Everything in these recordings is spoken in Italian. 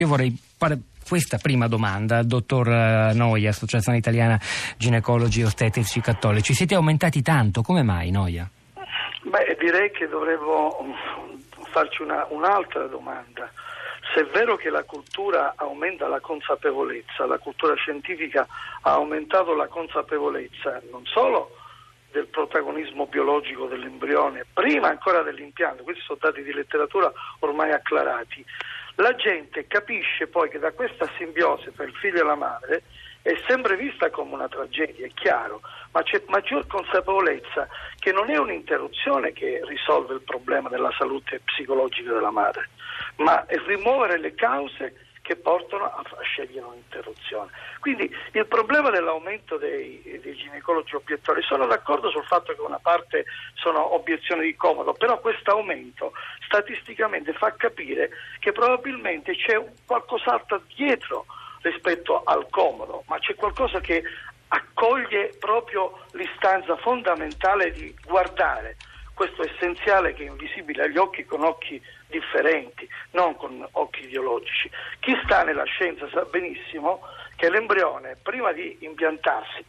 Io vorrei fare questa prima domanda al dottor Noia, Associazione Italiana Ginecologi Ostetrici Cattolici. Siete aumentati tanto, come mai, Noia? Beh, direi che dovremmo farci un'altra domanda. Se è vero che la cultura aumenta la consapevolezza, la cultura scientifica ha aumentato la consapevolezza non solo del protagonismo biologico dell'embrione, prima ancora dell'impianto, questi sono dati di letteratura ormai acclarati, la gente capisce poi che da questa simbiosi tra il figlio e la madre è sempre vista come una tragedia, è chiaro, ma c'è maggior consapevolezza che non è un'interruzione che risolve il problema della salute psicologica della madre, ma è rimuovere le cause che portano a scegliere un'interruzione. Quindi il problema dell'aumento dei ginecologi obiettori, sono d'accordo sul fatto che una parte sono obiezioni di comodo, però questo aumento statisticamente fa capire che probabilmente c'è qualcos'altro dietro rispetto al comodo, ma c'è qualcosa che accoglie proprio l'istanza fondamentale di guardare questo essenziale che è invisibile agli occhi con occhi differenti, non con occhi ideologici. Chi sta nella scienza sa benissimo che l'embrione prima di impiantarsi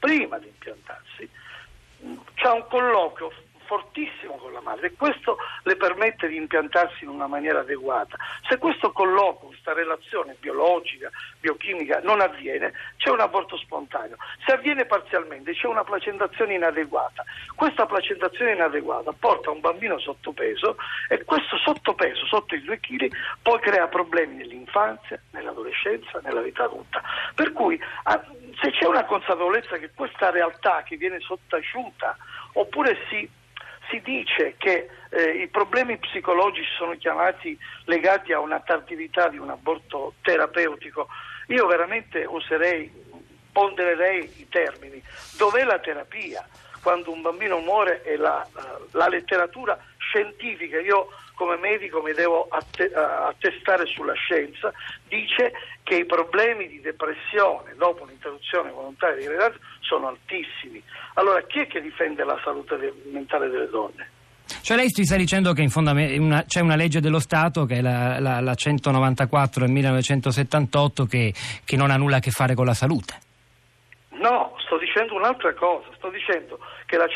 c'ha un colloquio fortissimo con la madre e questo le permette di impiantarsi in una maniera adeguata. Se questo colloquio, questa relazione biologica, biochimica non avviene, c'è un aborto spontaneo. Se avviene parzialmente c'è una placentazione inadeguata. Questa placentazione inadeguata porta un bambino sottopeso e questo sottopeso, sotto i 2 kg, poi crea problemi nell'infanzia, nell'adolescenza, nella vita adulta. Per cui se c'è una consapevolezza che questa realtà che viene sottaciuta, oppure si dice che i problemi psicologici sono legati a una tardività di un aborto terapeutico, io veramente pondererei i termini. Dov'è la terapia? Quando un bambino muore e la letteratura scientifica, io come medico mi devo attestare sulla scienza, dice che i problemi di depressione dopo un'interruzione volontaria di gravidanza sono altissimi. Allora chi è che difende la salute mentale delle donne? Cioè lei sta dicendo che in fondo c'è una legge dello Stato che è la 194 del 1978 che non ha nulla a che fare con la salute. No, sto dicendo un'altra cosa, sto dicendo che la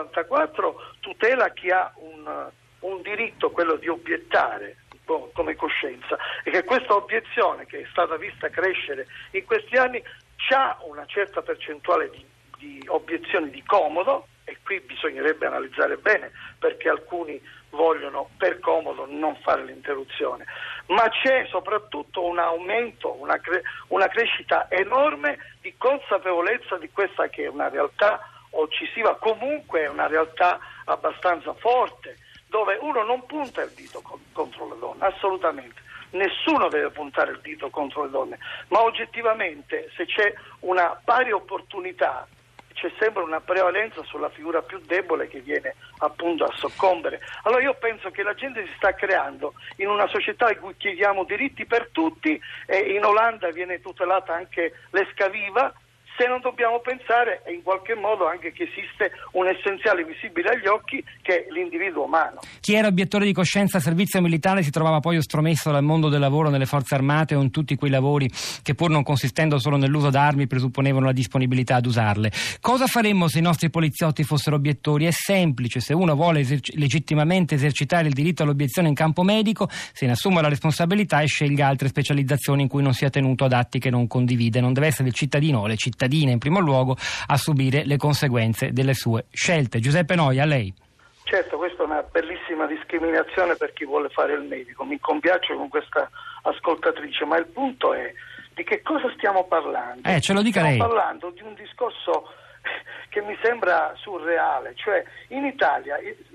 194 tutela chi ha un diritto, quello di obiettare come coscienza, e che questa obiezione che è stata vista crescere in questi anni c'ha una certa percentuale di obiezioni di comodo, e qui bisognerebbe analizzare bene perché alcuni vogliono per comodo non fare l'interruzione, ma c'è soprattutto un aumento, una crescita enorme di consapevolezza di questa che è una realtà occisiva, comunque è una realtà abbastanza forte, dove uno non punta il dito contro le donne, assolutamente. Nessuno deve puntare il dito contro le donne, ma oggettivamente se c'è una pari opportunità c'è sempre una prevalenza sulla figura più debole che viene appunto a soccombere. Allora io penso che la gente si sta creando in una società in cui chiediamo diritti per tutti e in Olanda viene tutelata anche l'esca viva, se non dobbiamo pensare in qualche modo anche che esiste un essenziale visibile agli occhi che è l'individuo umano. Chi era obiettore di coscienza al servizio militare si trovava poi estromesso dal mondo del lavoro nelle forze armate o in tutti quei lavori che pur non consistendo solo nell'uso d'armi presupponevano la disponibilità ad usarle. Cosa faremmo se i nostri poliziotti fossero obiettori? È semplice: se uno vuole legittimamente esercitare il diritto all'obiezione in campo medico, se ne assuma la responsabilità e scelga altre specializzazioni in cui non sia tenuto ad atti che non condivide. Non deve essere il cittadino o le cittadine in primo luogo a subire le conseguenze delle sue scelte. Giuseppe Noia, a lei. Certo, questa è una bellissima discriminazione per chi vuole fare il medico, mi compiaccio con questa ascoltatrice, ma il punto è di che cosa stiamo parlando? Ce lo dica lei. Stiamo parlando di un discorso che mi sembra surreale, cioè in Italia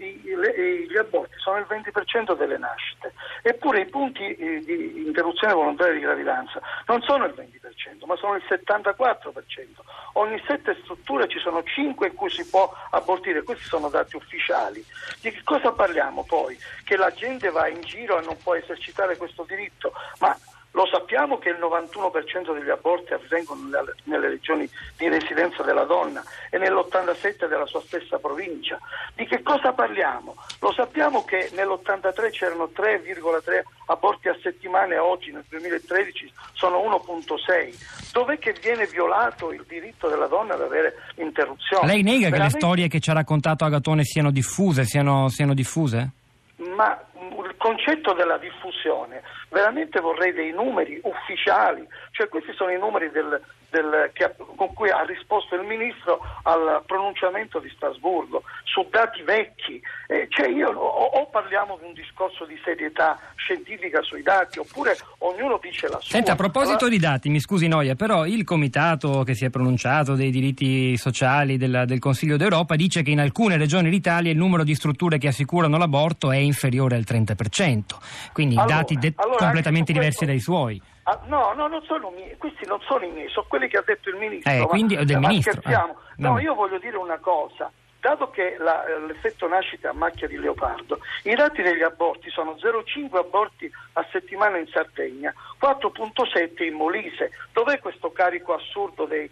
gli aborti sono il 20% delle nascite, eppure i punti di interruzione volontaria di gravidanza non sono il 20%, ma sono il 74%. Ogni 7 strutture ci sono 5 in cui si può abortire, questi sono dati ufficiali. Di che cosa parliamo poi? Che la gente va in giro e non può esercitare questo diritto, ma Lo sappiamo che il 91% degli aborti avvengono nelle regioni di residenza della donna e nell'87% della sua stessa provincia. Di che cosa parliamo? Lo sappiamo che nell'83 c'erano 3,3 aborti a settimana e oggi nel 2013 sono 1,6. Dov'è che viene violato il diritto della donna ad avere interruzione? Lei nega che le storie che ci ha raccontato Agatone siano diffuse? Ma il concetto della diffusione, veramente vorrei dei numeri ufficiali, cioè questi sono i numeri con cui ha risposto il ministro al pronunciamento di Strasburgo, su dati vecchi, o parliamo di un discorso di serietà scientifica sui dati, oppure ognuno dice la sua. Senta, a proposito di dati, mi scusi Noia, però il comitato che si è pronunciato dei diritti sociali del Consiglio d'Europa dice che in alcune regioni d'Italia il numero di strutture che assicurano l'aborto è inferiore al 30%, quindi dati completamente diversi dai suoi. No, non sono miei, questi non sono i miei, sono quelli che ha detto il ministro. Quindi del ministro. Scherziamo. No, io voglio dire una cosa. Dato che l'effetto nascita a macchia di leopardo, i dati degli aborti sono 0,5 aborti a settimana in Sardegna, 4,7 in Molise. Dov'è questo carico assurdo dei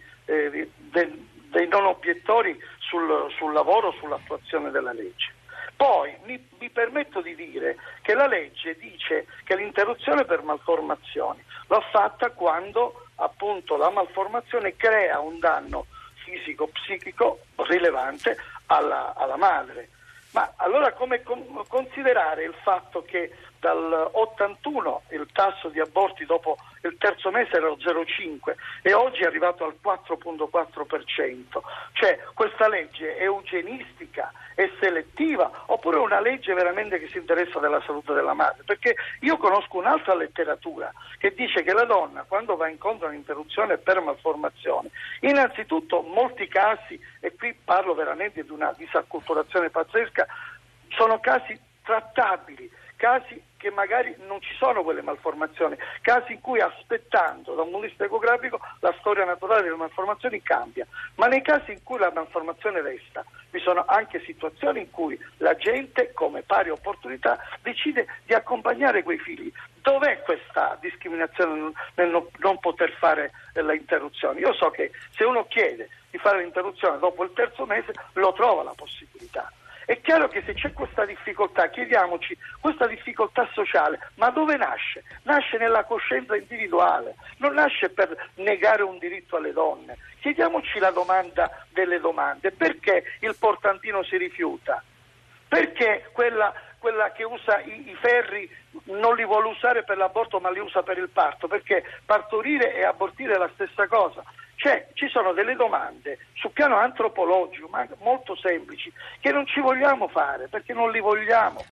non obiettori sul lavoro, sull'attuazione della legge? Poi mi permetto di dire che la legge dice che l'interruzione per malformazioni va fatta quando appunto la malformazione crea un danno fisico-psichico rilevante alla madre. Ma allora come considerare il fatto che dal 81 il tasso di aborti dopo il terzo mese era 0,5 e oggi è arrivato al 4,4%? Cioè questa legge è eugenistica, è selettiva, oppure è una legge veramente che si interessa della salute della madre? Perché io conosco un'altra letteratura che dice che la donna, quando va incontro a un'interruzione per malformazione, innanzitutto molti casi, e qui parlo veramente di una disacculturazione pazzesca, sono casi trattabili, casi che magari non ci sono quelle malformazioni, casi in cui aspettando da un punto di vista ecografico la storia naturale delle malformazioni cambia, ma nei casi in cui la malformazione resta vi sono anche situazioni in cui la gente, come pari opportunità, decide di accompagnare quei figli. Dov'è questa discriminazione nel non poter fare l'interruzione? Io so che se uno chiede di fare l'interruzione dopo il terzo mese lo trova la possibilità. È chiaro che se c'è questa difficoltà, chiediamoci, questa difficoltà sociale, ma dove nasce? Nasce nella coscienza individuale, non nasce per negare un diritto alle donne. Chiediamoci la domanda delle domande: perché il portantino si rifiuta? Perché quella che usa i ferri non li vuole usare per l'aborto ma li usa per il parto? Perché partorire e abortire è la stessa cosa. Cioè, ci sono delle domande sul piano antropologico, ma molto semplici, che non ci vogliamo fare perché non li vogliamo.